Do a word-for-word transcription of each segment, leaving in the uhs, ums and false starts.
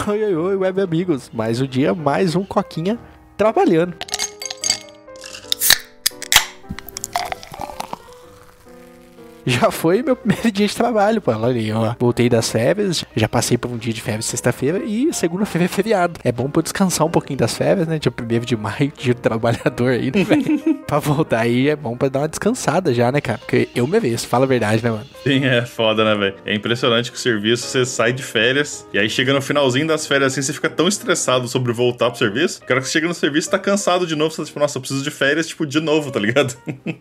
Oi, oi, oi, web amigos. Mais um dia, mais um Coquinha trabalhando. Já foi meu primeiro dia de trabalho, pô. Olha aí, ó. Voltei das férias, já passei por um dia de férias sexta-feira e segunda-feira é feriado. É bom pra eu descansar um pouquinho das férias, né? Dia primeiro de maio, dia do trabalhador aí, né, velho? Pra voltar aí é bom pra dar uma descansada já, né, cara? Porque eu mereço, fala a verdade, né, mano? Sim, é foda, né, velho? É impressionante que o serviço, você sai de férias e aí chega no finalzinho das férias assim, você fica tão estressado sobre voltar pro serviço, que a hora que você chega no serviço, tá cansado de novo, você tá tipo, nossa, eu preciso de férias, tipo, de novo, tá ligado?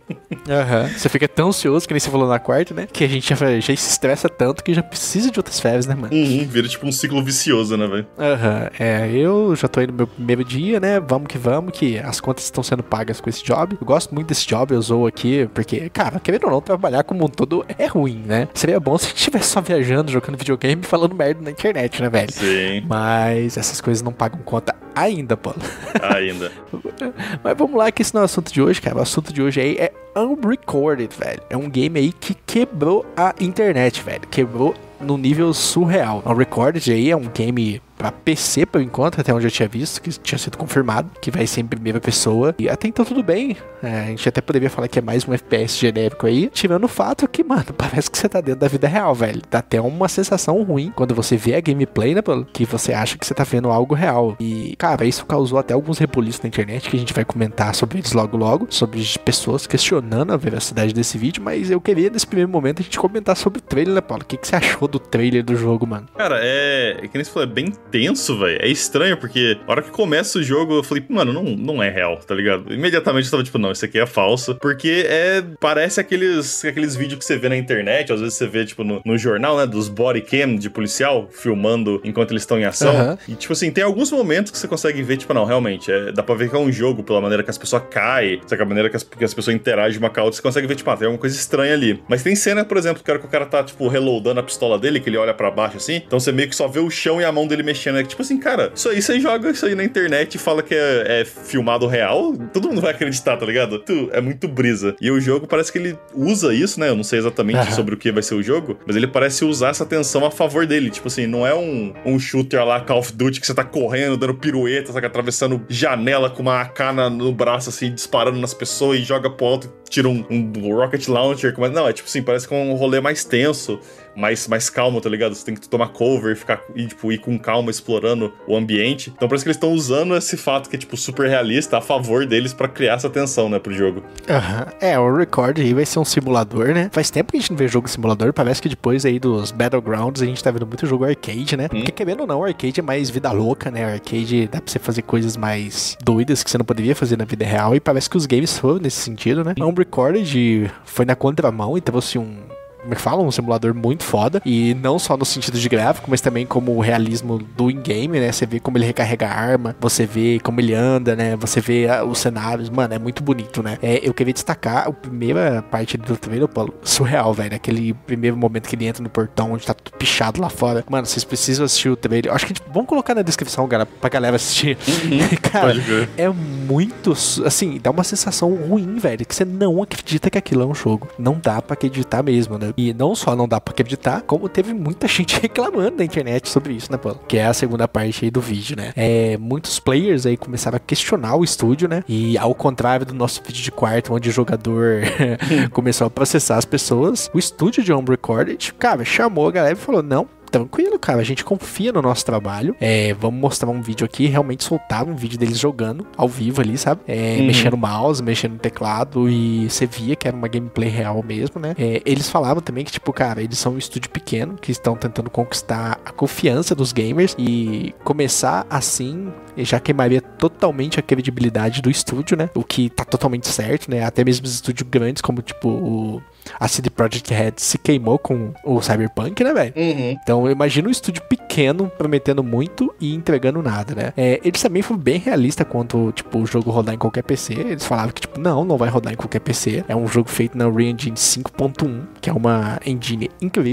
Aham. Uhum. Você fica tão ansioso, que nem você falou na quarta, né? Que a gente já, já se estressa tanto que já precisa de outras férias, né, mano? Uhum, vira tipo um ciclo vicioso, né, velho? Aham. Uhum. É, eu já tô indo no meu primeiro dia, né? Vamos que vamos, que as contas estão sendo pagas com esse job. Eu gosto muito desse job, eu zoo aqui, porque, cara, querendo ou não, trabalhar como um todo é ruim, né? Seria bom se a gente estivesse só viajando, jogando videogame e falando merda na internet, né, velho? Sim. Mas essas coisas não pagam conta ainda, Paulo. Ainda. Mas vamos lá, que esse não é o assunto de hoje, cara. O assunto de hoje aí é Unrecorded, velho. É um game aí que quebrou a internet, velho. Quebrou no nível surreal. Unrecorded aí é um game pra P C, por enquanto, até onde eu tinha visto, que tinha sido confirmado, que vai ser em primeira pessoa. E até então tudo bem. É, a gente até poderia falar que é mais um F P S genérico aí, tirando o fato que, mano, parece que você tá dentro da vida real, velho. Dá até uma sensação ruim quando você vê a gameplay, né, que você acha que você tá vendo algo real. E, cara, isso causou até alguns rebuliços na internet, que a gente vai comentar sobre eles logo logo, sobre pessoas questionando a veracidade desse vídeo, mas eu queria, nesse primeiro momento, a gente comentar sobre o trailer, né, Paulo? O que, que você achou do trailer do jogo, mano? Cara, é... é que nem você falou, é bem tenso, velho. É estranho, porque a hora que começa o jogo, eu falei, mano, não, não é real, tá ligado? Imediatamente eu tava tipo, não, isso aqui é falso, porque é... parece aqueles, aqueles vídeos que você vê na internet, às vezes você vê, tipo, no, no jornal, né, dos body cam de policial, filmando enquanto eles estão em ação. Uhum. E, tipo assim, tem alguns momentos que você consegue ver, tipo, não, realmente, é, dá pra ver que é um jogo pela maneira que as pessoas caem, sabe, a maneira que as, que as pessoas interagem uma com a outra, você consegue ver, tipo, ah, tem alguma coisa estranha ali. Mas tem cena, por exemplo, que, que o cara tá, tipo, reloadando a pistola dele, que ele olha pra baixo, assim, então você meio que só vê o chão e a mão dele mexendo, é tipo assim, cara, isso aí, você joga isso aí na internet e fala que é, é filmado real, todo mundo vai acreditar, tá ligado? Tu, é muito brisa. E o jogo parece que ele usa isso, né? Eu não sei exatamente uhum. sobre o que vai ser o jogo, mas ele parece usar essa tensão a favor dele. Tipo assim, não é um, um shooter lá, Call of Duty, que você tá correndo, dando pirueta, sabe? Atravessando janela com uma A K na, no braço, assim, disparando nas pessoas e joga pro alto e tira um, um rocket launcher. Mas não, é tipo assim, parece que é um rolê mais tenso, mais, mais calmo, tá ligado? Você tem que tomar cover, ficar, e, tipo, ir com calma explorando o ambiente. Então parece que eles estão usando esse fato que é, tipo, super realista a favor deles pra criar essa tensão, né, pro jogo. Aham. Uhum. É, o Record aí vai ser um simulador, né? Faz tempo que a gente não vê jogo simulador, parece que depois aí dos Battlegrounds a gente tá vendo muito jogo arcade, né? Hum. Porque querendo ou não, o arcade é mais vida louca, né? O arcade dá pra você fazer coisas mais doidas que você não poderia fazer na vida real, e parece que os games foram nesse sentido, né? Um Recorded foi na contramão e trouxe um... como é que fala? Um simulador muito foda. E não só no sentido de gráfico, mas também como o realismo do in-game, né? Você vê como ele recarrega a arma, você vê como ele anda, né? Você vê ah, os cenários. Mano, é muito bonito, né? É, eu queria destacar a primeira parte do trailer, Paulo, surreal, velho. Aquele primeiro momento que ele entra no portão, onde tá tudo pichado lá fora. Mano, vocês precisam assistir o trailer. Acho que tipo, vamos colocar na descrição, cara, pra galera assistir. Uhum. Cara, é muito... assim, dá uma sensação ruim, velho, que você não acredita que aquilo é um jogo. Não dá pra acreditar mesmo, né? E não só não dá pra acreditar, como teve muita gente reclamando na internet sobre isso, né, Paulo? Que é a segunda parte aí do vídeo, né? É, muitos players aí começaram a questionar o estúdio, né? E ao contrário do nosso vídeo de quarto, onde o jogador começou a processar as pessoas, o estúdio de Unrecorded, cara, chamou a galera e falou, não, tranquilo, cara, a gente confia no nosso trabalho, é, vamos mostrar um vídeo aqui, realmente soltaram um vídeo deles jogando ao vivo ali, sabe, é, uhum. mexendo no mouse, mexendo no teclado, e você via que era uma gameplay real mesmo, né, é, eles falavam também que, tipo, cara, eles são um estúdio pequeno, que estão tentando conquistar a confiança dos gamers, e começar assim já queimaria totalmente a credibilidade do estúdio, né, o que tá totalmente certo, né, até mesmo os estúdios grandes, como, tipo, o a C D Projekt Red se queimou com o Cyberpunk, né, velho? Uhum. Então, eu imagino um estúdio pequeno prometendo muito e entregando nada, né? É, eles também foram bem realistas quanto, tipo, o jogo rodar em qualquer P C. Eles falavam que, tipo, não, não vai rodar em qualquer P C. É um jogo feito na Unreal Engine cinco ponto um, que é uma engine incrível.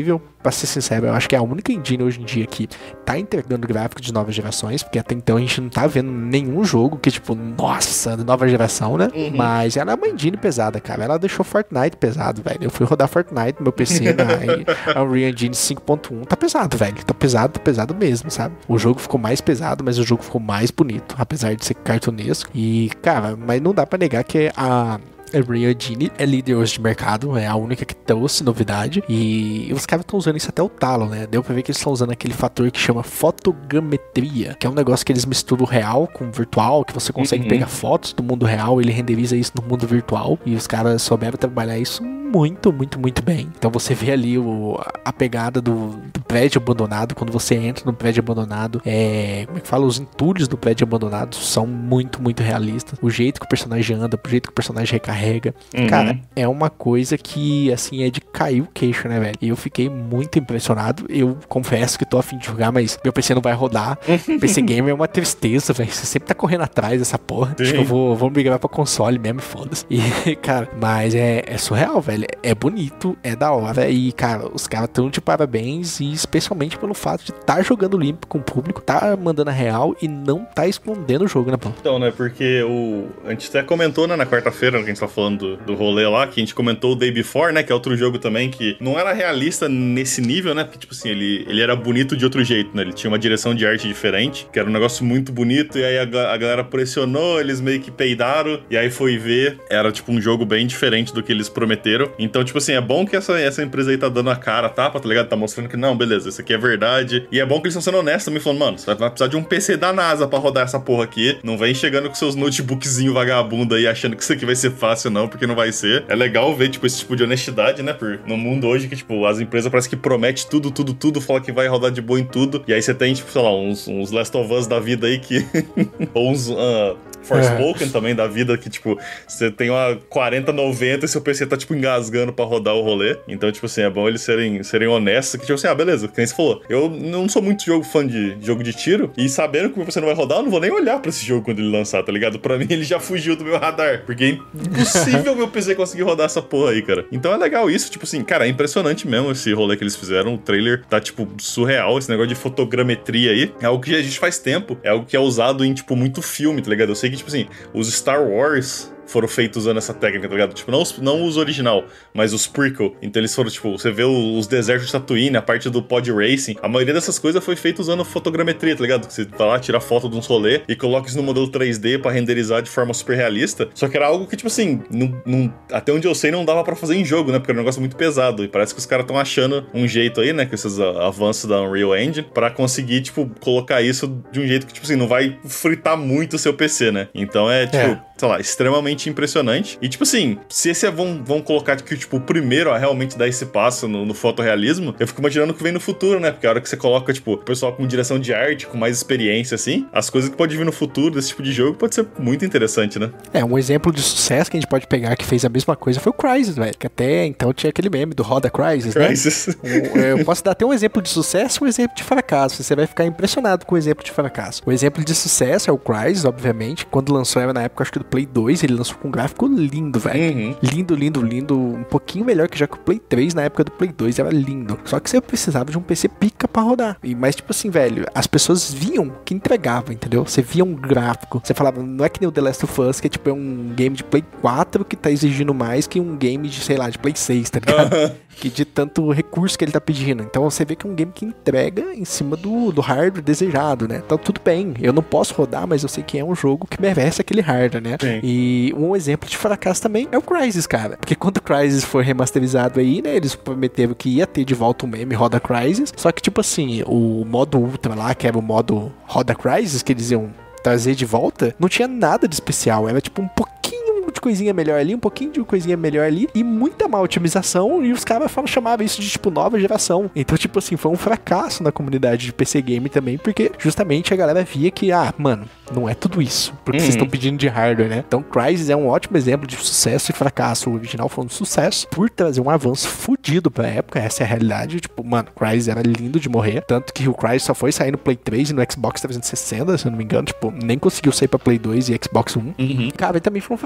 pra ser sincero, eu acho que é a única engine hoje em dia que tá entregando gráfico de novas gerações, porque até então a gente não tá vendo nenhum jogo que, tipo, nossa, nova geração, né? Uhum. Mas ela é uma engine pesada, cara. Ela deixou Fortnite pesado, velho. Eu fui rodar Fortnite no meu P C na Unreal Engine cinco ponto um. Tá pesado, velho. Tá pesado, tá pesado mesmo, sabe? O jogo ficou mais pesado, mas o jogo ficou mais bonito, apesar de ser cartunesco. E, cara, mas não dá pra negar que a Unreal Engine é líder hoje de mercado, é a única que trouxe novidade, e os caras estão usando isso até o talo, né? Deu pra ver que eles estão usando aquele fator que chama fotogrametria, que é um negócio que eles misturam o real com o virtual, que você consegue uhum. pegar fotos do mundo real, ele renderiza isso no mundo virtual, e os caras souberam trabalhar isso muito, muito, muito bem. Então você vê ali o, a pegada do, do prédio abandonado, quando você entra no prédio abandonado, é, como é que fala? Os entulhos do prédio abandonado são muito, muito realistas. O jeito que o personagem anda, o jeito que o personagem recarrega. Uhum. Cara, é uma coisa que, assim, é de cair o queixo, né, velho? E eu fiquei muito impressionado. Eu confesso que tô a fim de jogar, mas meu P C não vai rodar. P C Gamer é uma tristeza, velho. Você sempre tá correndo atrás dessa porra. Sim. Acho que eu vou, vou migrar pra console mesmo, foda-se. E, cara, mas é, é surreal, velho. É bonito, é da hora. E, cara, os caras tão de parabéns. E especialmente pelo fato de estar tá jogando limpo com o público, tá mandando a real e não tá escondendo o jogo, né, pô? Então, né, porque o... a gente até comentou, né, na quarta-feira, que a gente tá falando do, do rolê lá, que a gente comentou o Day Before, né, que é outro jogo também que não era realista nesse nível, né, porque, tipo assim, ele, ele era bonito de outro jeito, né, ele tinha uma direção de arte diferente, que era um negócio muito bonito, e aí a, a galera pressionou, eles meio que peidaram, e aí foi ver, era, tipo, um jogo bem diferente do que eles prometeram. Então, tipo assim, é bom que essa, essa empresa aí tá dando a cara, tapa, tá ligado? Tá mostrando que, não, beleza, isso aqui é verdade, e é bom que eles estão sendo honestos também, falando, mano, você vai precisar de um P C da NASA pra rodar essa porra aqui, não vem chegando com seus notebookzinhos vagabundo aí, achando que isso aqui vai ser fácil, não, porque não vai ser. É legal ver, tipo, esse tipo de honestidade, né, por, no mundo hoje que, tipo, as empresas parece que promete tudo, tudo, tudo, fala que vai rodar de boa em tudo, e aí você tem, tipo, sei lá, uns, uns Last of Us da vida aí que... ou uns... Uh, Forspoken é. também da vida, que, tipo, você tem uma quarenta noventa e seu P C tá, tipo, engasgando pra rodar o rolê. Então, tipo assim, é bom eles serem, serem honestos, que, tipo assim, ah, beleza, quem você falou, eu não sou muito jogo, fã de, de jogo de tiro, e sabendo que o meu P C não vai rodar, eu não vou nem olhar pra esse jogo quando ele lançar, tá ligado? Pra mim, ele já fugiu do meu radar, porque é impossível meu P C conseguir rodar essa porra aí, cara. Então é legal isso, tipo assim, cara, é impressionante mesmo esse rolê que eles fizeram, o trailer tá, tipo, surreal, esse negócio de fotogrametria aí, é algo que a gente faz tempo, é algo que é usado em, tipo, muito filme, tá ligado? Eu sei que, tipo assim, os Star Wars foram feitos usando essa técnica, tá ligado? Tipo, não os, não os original, mas os prequel. Então eles foram, tipo, você vê os desertos de Tatooine, a parte do pod racing, a maioria dessas coisas foi feita usando fotogrametria, tá ligado? Você tá lá, tira foto de uns rolê e coloca isso no modelo três D pra renderizar de forma super realista. Só que era algo que, tipo assim, não, não, até onde eu sei, não dava pra fazer em jogo, né? Porque era um negócio muito pesado. E parece que os caras estão achando um jeito aí, né? Com esses avanços da Unreal Engine, pra conseguir, tipo, colocar isso de um jeito que, tipo assim, não vai fritar muito o seu P C, né? Então é, tipo... É. sei lá, extremamente impressionante. E, tipo assim, se esse é, vão, vão colocar que, tipo, o primeiro a realmente dar esse passo no, no fotorrealismo, eu fico imaginando o que vem no futuro, né? Porque a hora que você coloca, tipo, o pessoal com direção de arte, com mais experiência, assim, as coisas que pode vir no futuro desse tipo de jogo pode ser muito interessante, né? É, um exemplo de sucesso que a gente pode pegar que fez a mesma coisa foi o Crysis, velho. Que até então tinha aquele meme do Roda Crysis, Crysis. né? Eu posso dar até um exemplo de sucesso e um exemplo de fracasso. Você vai ficar impressionado com o exemplo de fracasso. O exemplo de sucesso é o Crysis, obviamente. Quando lançou, era na época, acho que do Play dois, ele lançou com um gráfico lindo, velho. Uhum. Lindo, lindo, lindo. Um pouquinho melhor que já que o Play três, na época do Play dois, era lindo. Só que você precisava de um P C pica pra rodar. E, mas, tipo assim, velho, as pessoas viam que entregava, entendeu? Você via um gráfico. Você falava, não é que nem o The Last of Us, que é tipo é um game de Play quatro que tá exigindo mais que um game de, sei lá, de Play seis, tá ligado? Uhum. Que de tanto recurso que ele tá pedindo. Então você vê que é um game que entrega em cima do, do hardware desejado, né? Então tudo bem, eu não posso rodar, mas eu sei que é um jogo que merece aquele hardware, né? Sim. E um exemplo de fracasso também é o Crysis, cara. Porque quando o Crysis foi remasterizado aí, né? Eles prometeram que ia ter de volta o meme Roda Crysis. Só que, tipo assim, o modo Ultra lá, que era o modo Roda Crysis, que eles iam trazer de volta, não tinha nada de especial. Era tipo um pouquinho de coisinha melhor ali, um pouquinho de coisinha melhor ali, e muita má otimização, e os caras chamavam isso de, tipo, nova geração. Então, tipo assim, foi um fracasso na comunidade de P C Game também, porque justamente a galera via que, ah, mano, não é tudo isso, porque uhum. vocês estão pedindo de hardware, né? Então, Crysis é um ótimo exemplo de sucesso e fracasso. O original foi um sucesso por trazer um avanço fudido pra época, essa é a realidade. Tipo, mano, Crysis era lindo de morrer, tanto que o Crysis só foi sair no Play três e no Xbox trezentos e sessenta, se eu não me engano, tipo, nem conseguiu sair pra Play dois e Xbox One. Uhum. Cara, e também foi um fracasso, velho.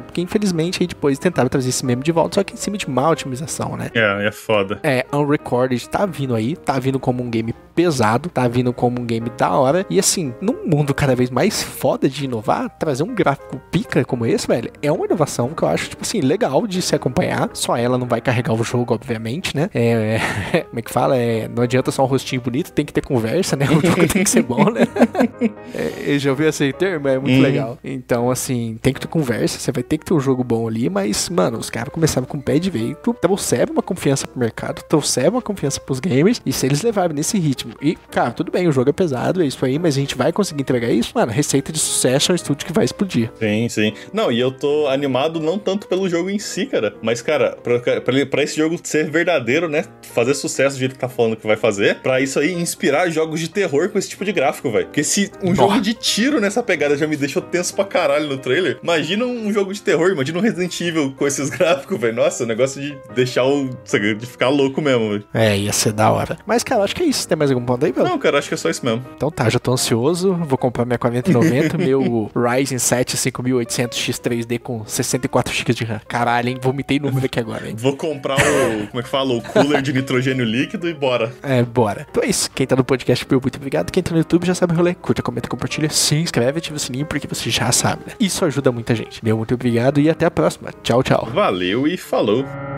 verdade, porque infelizmente aí depois tentaram trazer esse meme de volta, só que em cima de má otimização, né? É, é foda. É, Unrecorded tá vindo aí, tá vindo como um game pesado, tá vindo como um game da hora, e assim, num mundo cada vez mais foda de inovar, trazer um gráfico pica como esse, velho, é uma inovação que eu acho, tipo assim, legal de se acompanhar, só ela não vai carregar o jogo, obviamente, né? É, é como é que fala? É, não adianta só um rostinho bonito, tem que ter conversa, né? O jogo tem que ser bom, né? É, eu já ouvi esse termo, é muito hum. legal. Então, assim, tem que ter conversa, você vai ter que ter um jogo bom ali, mas, mano, os caras começaram com o pé direito, trouxeram uma confiança pro mercado, trouxeram uma confiança pros gamers, e se eles levarem nesse ritmo, e, cara, tudo bem, o jogo é pesado, é isso aí, mas a gente vai conseguir entregar isso, mano, receita de sucesso é um estúdio que vai explodir. Sim, sim. Não, e eu tô animado não tanto pelo jogo em si, cara, mas, cara, pra, pra, pra esse jogo ser verdadeiro, né, fazer sucesso do jeito que tá falando que vai fazer, pra isso aí inspirar jogos de terror com esse tipo de gráfico, velho. Porque se um Nossa. jogo de tiro nessa pegada já me deixou tenso pra caralho no trailer, imagina um jogo de terror, imagina um Resident Evil com esses gráficos, velho. Nossa, o negócio de deixar o... de ficar louco mesmo, velho. É, ia ser da hora. Mas, cara, acho que é isso. Tem mais algum ponto aí, velho? Não, cara, acho que é só isso mesmo. Então tá, já tô ansioso, vou comprar minha quarenta e noventa, meu Ryzen sete cinco mil e oitocentos X três D com sessenta e quatro gigas de RAM. Caralho, hein? Vomitei número aqui agora, hein? Vou comprar o... como é que fala? O cooler de nitrogênio líquido e bora. É, bora. Então é isso. Quem tá no podcast, muito obrigado. Quem tá no YouTube já sabe o rolê. Curta, comenta, compartilha, se inscreve, ativa o sininho, porque você já sabe, né? Isso ajuda muita gente. Meu muito obrigado e até a próxima. Tchau, tchau. Valeu e falou.